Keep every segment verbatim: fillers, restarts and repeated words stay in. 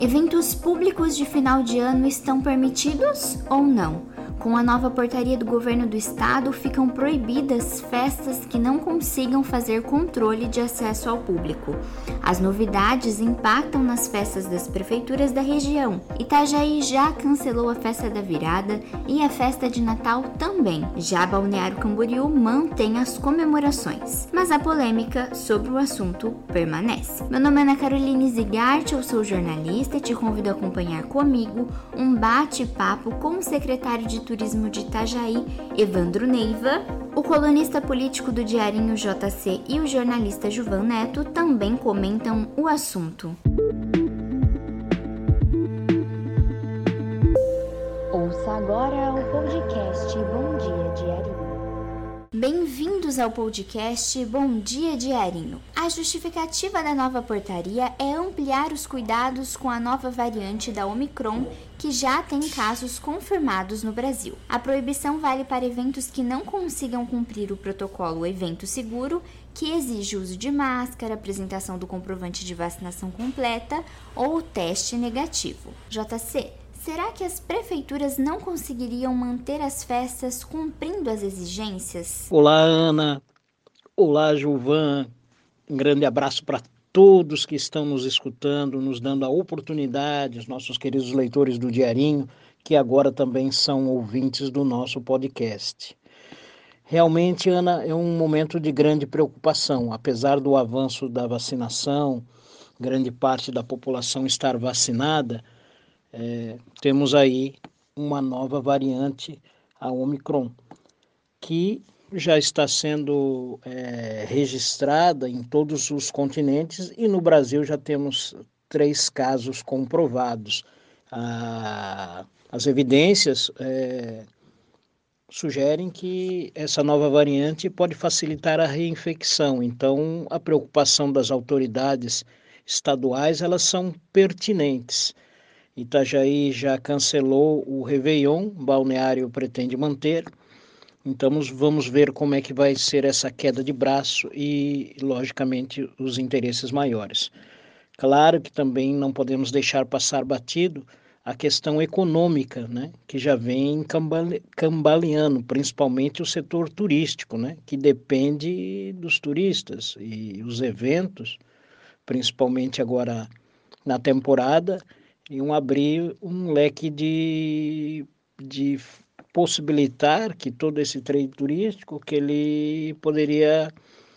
Eventos públicos de final de ano estão permitidos ou não? Com a nova portaria do governo do estado, ficam proibidas festas que não consigam fazer controle de acesso ao público. As novidades impactam nas festas das prefeituras da região. Itajaí já cancelou a festa da virada e a festa de Natal também. Já Balneário Camboriú mantém as comemorações. Mas a polêmica sobre o assunto permanece. Meu nome é Ana Caroline Zigart, eu sou jornalista e te convido a acompanhar comigo um bate-papo com o secretário de Turismo de Itajaí, Evandro Neiva. O colunista político do Diarinho J C e o jornalista Juvan Neto também comentam o assunto. Ouça agora o podcast Bom Dia Diarinho. Bem-vindos ao podcast Bom Dia Diarinho. A justificativa da nova portaria é ampliar os cuidados com a nova variante da Omicron, que já tem casos confirmados no Brasil. A proibição vale para eventos que não consigam cumprir o protocolo Evento Seguro, que exige o uso de máscara, apresentação do comprovante de vacinação completa ou teste negativo. J C, será que as prefeituras não conseguiriam manter as festas cumprindo as exigências? Olá, Ana. Olá, Juvan. Um grande abraço para todos que estão nos escutando, nos dando a oportunidade, os nossos queridos leitores do Diarinho, que agora também são ouvintes do nosso podcast. Realmente, Ana, é um momento de grande preocupação. Apesar do avanço da vacinação, grande parte da população estar vacinada, é, temos aí uma nova variante, a Omicron, que já está sendo é, registrada em todos os continentes e no Brasil já temos três casos comprovados. Ah, as evidências é, sugerem que essa nova variante pode facilitar a reinfecção, então a preocupação das autoridades estaduais, elas são pertinentes. Itajaí já cancelou o Réveillon, Balneário pretende manter. Então vamos ver como é que vai ser essa queda de braço e, logicamente, os interesses maiores. Claro que também não podemos deixar passar batido a questão econômica, né, que já vem cambale- cambaleando, principalmente o setor turístico, né, que depende dos turistas e os eventos, principalmente agora na temporada, iam abrir um leque de, de possibilitar que todo esse trade turístico, que ele poderia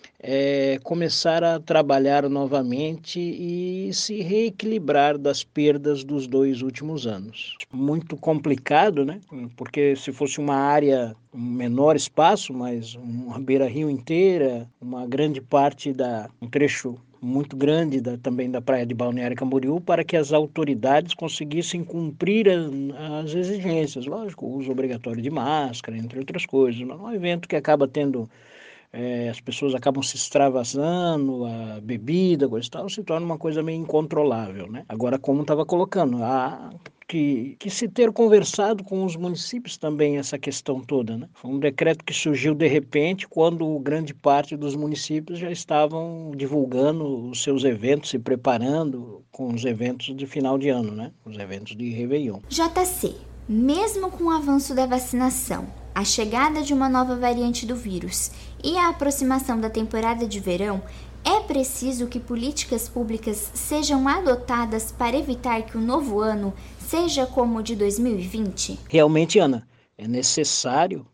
é, começar a trabalhar novamente e se reequilibrar das perdas dos dois últimos anos. Muito complicado, né? Porque se fosse uma área, um menor espaço, mas uma beira-rio inteira, uma grande parte da, um trecho muito grande da, também da praia de Balneário Camboriú, para que as autoridades conseguissem cumprir a, as exigências. Lógico, o uso obrigatório de máscara, entre outras coisas. Mas é um evento que acaba tendo, é, as pessoas acabam se extravasando, a bebida, coisa e tal, se torna uma coisa meio incontrolável, né? Agora, como estava colocando, a Que, que se ter conversado com os municípios também essa questão toda, né? Foi um decreto que surgiu de repente quando grande parte dos municípios já estavam divulgando os seus eventos, se preparando com os eventos de final de ano, né? Os eventos de Réveillon. J C, mesmo com o avanço da vacinação, a chegada de uma nova variante do vírus e a aproximação da temporada de verão, é preciso que políticas públicas sejam adotadas para evitar que o novo ano seja como o de dois mil e vinte? Realmente, Ana, é necessário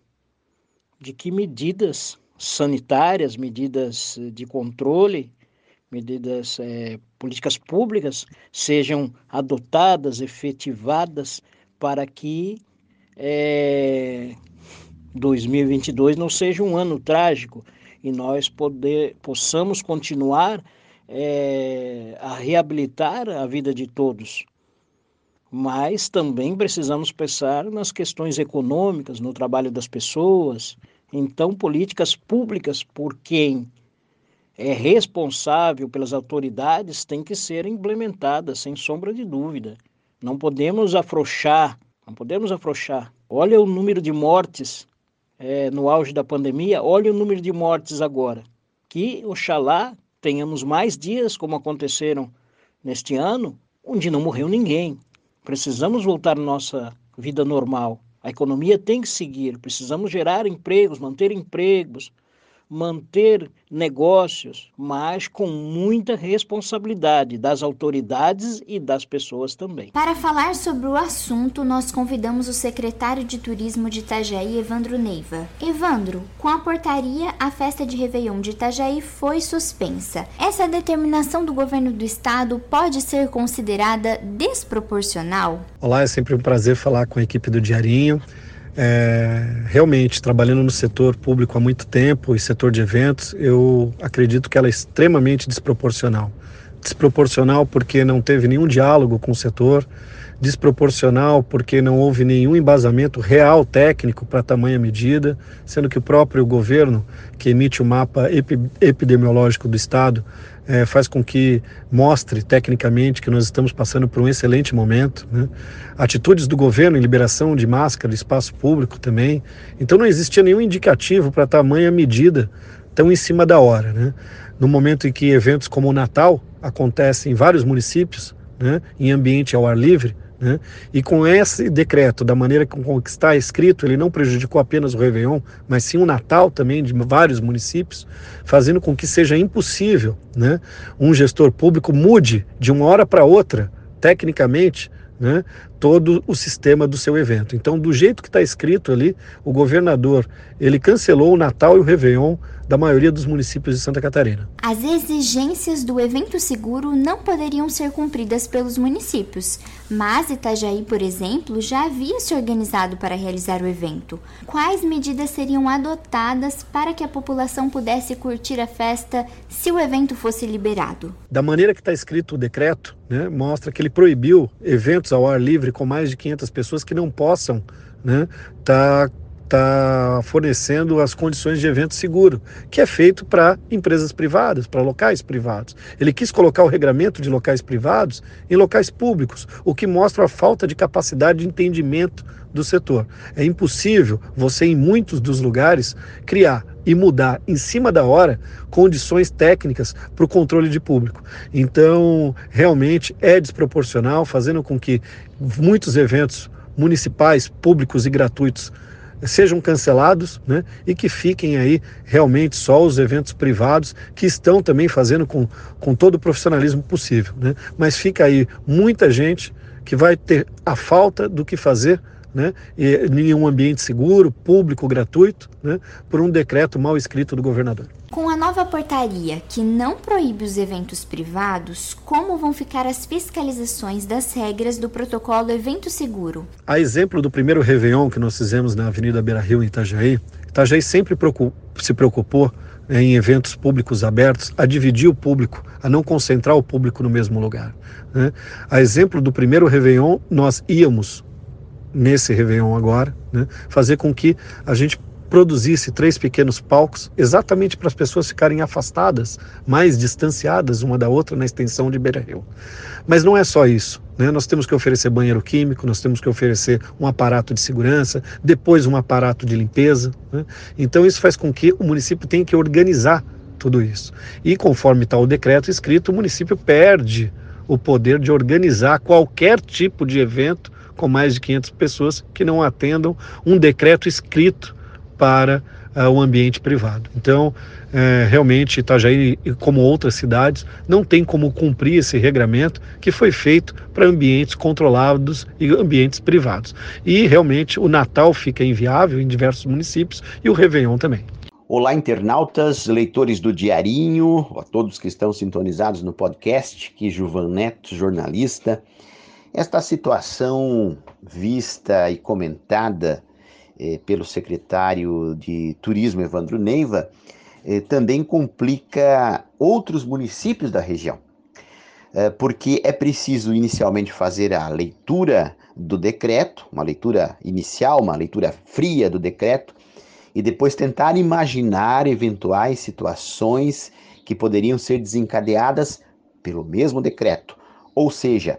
de que medidas sanitárias, medidas de controle, medidas, é, políticas públicas sejam adotadas, efetivadas, para que é, dois mil e vinte e dois não seja um ano trágico e nós poder, possamos continuar é, a reabilitar a vida de todos. Mas também precisamos pensar nas questões econômicas, no trabalho das pessoas. Então, políticas públicas por quem é responsável pelas autoridades têm que ser implementadas, sem sombra de dúvida. Não podemos afrouxar, não podemos afrouxar. Olha o número de mortes é, no auge da pandemia, olha o número de mortes agora. Que, oxalá, tenhamos mais dias como aconteceram neste ano, onde não morreu ninguém. Precisamos voltar à nossa vida normal. A economia tem que seguir. Precisamos gerar empregos, manter empregos, manter negócios, mas com muita responsabilidade das autoridades e das pessoas também. Para falar sobre o assunto, nós convidamos o secretário de Turismo de Itajaí, Evandro Neiva. Evandro, com a portaria, a festa de Réveillon de Itajaí foi suspensa. Essa determinação do governo do estado pode ser considerada desproporcional? Olá, é sempre um prazer falar com a equipe do Diarinho. É, realmente, trabalhando no setor público há muito tempo e setor de eventos, eu acredito que ela é extremamente desproporcional. Desproporcional porque não teve nenhum diálogo com o setor, desproporcional porque não houve nenhum embasamento real técnico para tamanha medida, sendo que o próprio governo, que emite o mapa epi- epidemiológico do estado, é, faz com que mostre tecnicamente que nós estamos passando por um excelente momento, né? Atitudes do governo em liberação de máscara, espaço público também. Então não existia nenhum indicativo para tamanha medida tão em cima da hora, né? No momento em que eventos como o Natal acontecem em vários municípios, né, em ambiente ao ar livre, né, e com esse decreto, da maneira como está escrito, ele não prejudicou apenas o Réveillon, mas sim o Natal também de vários municípios, fazendo com que seja impossível, né, um gestor público mude de uma hora para outra, tecnicamente, né, todo o sistema do seu evento. Então, do jeito que está escrito ali, o governador, ele cancelou o Natal e o Réveillon da maioria dos municípios de Santa Catarina. As exigências do evento seguro não poderiam ser cumpridas pelos municípios, mas Itajaí, por exemplo, já havia se organizado para realizar o evento. Quais medidas seriam adotadas para que a população pudesse curtir a festa se o evento fosse liberado? Da maneira que está escrito o decreto, né, mostra que ele proibiu eventos ao ar livre com mais de quinhentas pessoas que não possam, né, tá está fornecendo as condições de evento seguro, que é feito para empresas privadas, para locais privados. Ele quis colocar o regramento de locais privados em locais públicos, o que mostra a falta de capacidade de entendimento do setor. É impossível você, em muitos dos lugares, criar e mudar em cima da hora condições técnicas para o controle de público. Então, realmente é desproporcional, fazendo com que muitos eventos municipais, públicos e gratuitos sejam cancelados, né, e que fiquem aí realmente só os eventos privados, que estão também fazendo com, com todo o profissionalismo possível, né? Mas fica aí muita gente que vai ter a falta do que fazer, né, em um ambiente seguro, público, gratuito, né, por um decreto mal escrito do governador. Com a nova portaria que não proíbe os eventos privados, como vão ficar as fiscalizações das regras do protocolo Evento Seguro? A exemplo do primeiro Réveillon que nós fizemos na Avenida Beira-Rio, em Itajaí, Itajaí sempre se preocupou, né, em eventos públicos abertos, a dividir o público, a não concentrar o público no mesmo lugar, né? A exemplo do primeiro Réveillon, nós íamos, nesse Réveillon agora, né, fazer com que a gente produzisse três pequenos palcos exatamente para as pessoas ficarem afastadas, mais distanciadas uma da outra na extensão de Beira-Rio. Mas não é só isso, né? Nós temos que oferecer banheiro químico, nós temos que oferecer um aparato de segurança, depois um aparato de limpeza, né? Então isso faz com que o município tenha que organizar tudo isso. E conforme está o decreto escrito, o município perde o poder de organizar qualquer tipo de evento com mais de quinhentas pessoas que não atendam um decreto escrito para uh, o ambiente privado. Então, é, realmente, Itajaí, como outras cidades, não tem como cumprir esse regramento que foi feito para ambientes controlados e ambientes privados. E, realmente, o Natal fica inviável em diversos municípios e o Réveillon também. Olá, internautas, leitores do Diarinho, a todos que estão sintonizados no podcast, que Gilvan Neto, jornalista. Esta situação vista e comentada pelo secretário de Turismo, Evandro Neiva, eh, também complica outros municípios da região, eh, porque é preciso inicialmente fazer a leitura do decreto, uma leitura inicial, uma leitura fria do decreto, e depois tentar imaginar eventuais situações que poderiam ser desencadeadas pelo mesmo decreto, ou seja,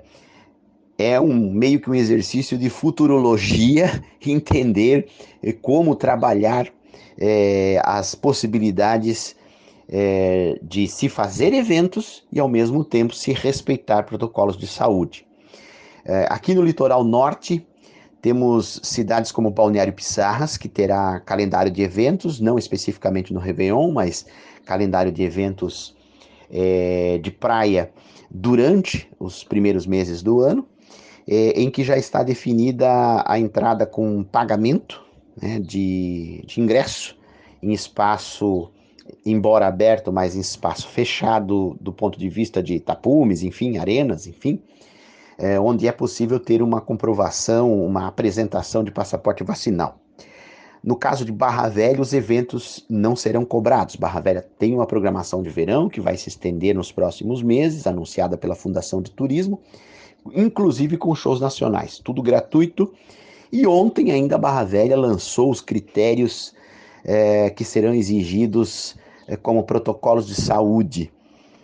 é um, meio que um exercício de futurologia, entender como trabalhar eh, as possibilidades é, de se fazer eventos e, ao mesmo tempo, se respeitar protocolos de saúde. É, aqui no litoral norte, temos cidades como Balneário Pissarras, que terá calendário de eventos, não especificamente no Réveillon, mas calendário de eventos é, de praia durante os primeiros meses do ano, é, em que já está definida a entrada com pagamento, né, de, de ingresso em espaço, embora aberto, mas em espaço fechado do ponto de vista de tapumes, enfim, arenas, enfim, é, onde é possível ter uma comprovação, uma apresentação de passaporte vacinal. No caso de Barra Velha, os eventos não serão cobrados. Barra Velha tem uma programação de verão que vai se estender nos próximos meses, anunciada pela Fundação de Turismo, inclusive com shows nacionais, tudo gratuito. E ontem ainda a Barra Velha lançou os critérios é, que serão exigidos é, como protocolos de saúde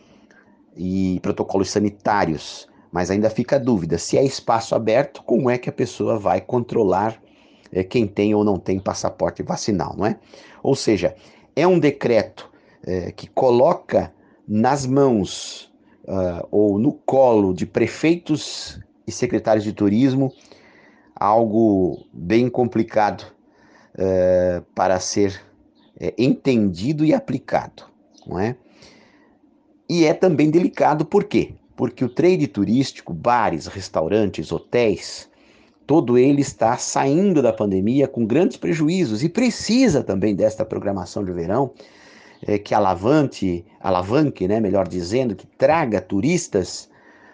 e protocolos sanitários. Mas ainda fica a dúvida, se é espaço aberto, como é que a pessoa vai controlar é, quem tem ou não tem passaporte vacinal, não é? Ou seja, é um decreto é, que coloca nas mãos uh, ou no colo de prefeitos e secretários de turismo algo bem complicado uh, para ser é, entendido e aplicado, não é? E é também delicado, por quê? Porque o trade turístico, bares, restaurantes, hotéis, todo ele está saindo da pandemia com grandes prejuízos e precisa também desta programação de verão é, que alavanque, alavanque, né, melhor dizendo, que traga turistas,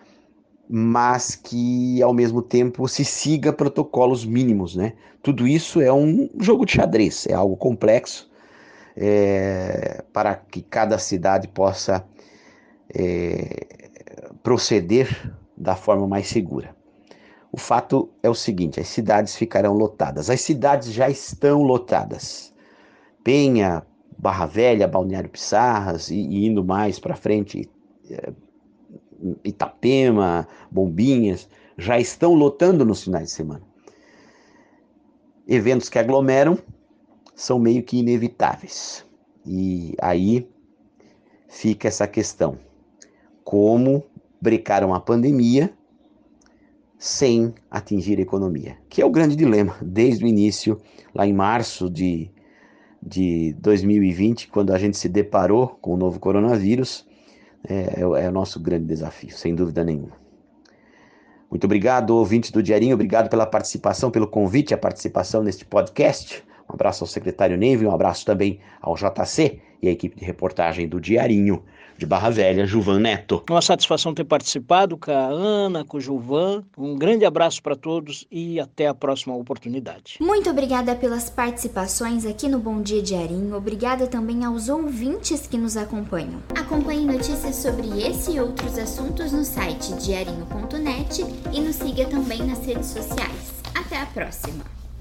mas que ao mesmo tempo se siga protocolos mínimos, né? Tudo isso é um jogo de xadrez, é algo complexo é, para que cada cidade possa é, proceder da forma mais segura. O fato é o seguinte, as cidades ficarão lotadas. As cidades já estão lotadas. Penha, Barra Velha, Balneário Pissarras e, e indo mais para frente, Itapema, Bombinhas, já estão lotando nos finais de semana. Eventos que aglomeram são meio que inevitáveis. E aí fica essa questão. Como brecar uma pandemia sem atingir a economia? Que é o grande dilema, desde o início, lá em março de, de dois mil e vinte, quando a gente se deparou com o novo coronavírus, é, é o nosso grande desafio, sem dúvida nenhuma. Muito obrigado, ouvintes do Diarinho, obrigado pela participação, pelo convite à participação neste podcast. Um abraço ao secretário Neiva, um abraço também ao J C e à equipe de reportagem do Diarinho de Barra Velha, Gilvan Neto. Uma satisfação ter participado com a Ana, com o Gilvan. Um grande abraço para todos e até a próxima oportunidade. Muito obrigada pelas participações aqui no Bom Dia Diarinho. Obrigada também aos ouvintes que nos acompanham. Acompanhe notícias sobre esse e outros assuntos no site diarinho ponto net e nos siga também nas redes sociais. Até a próxima!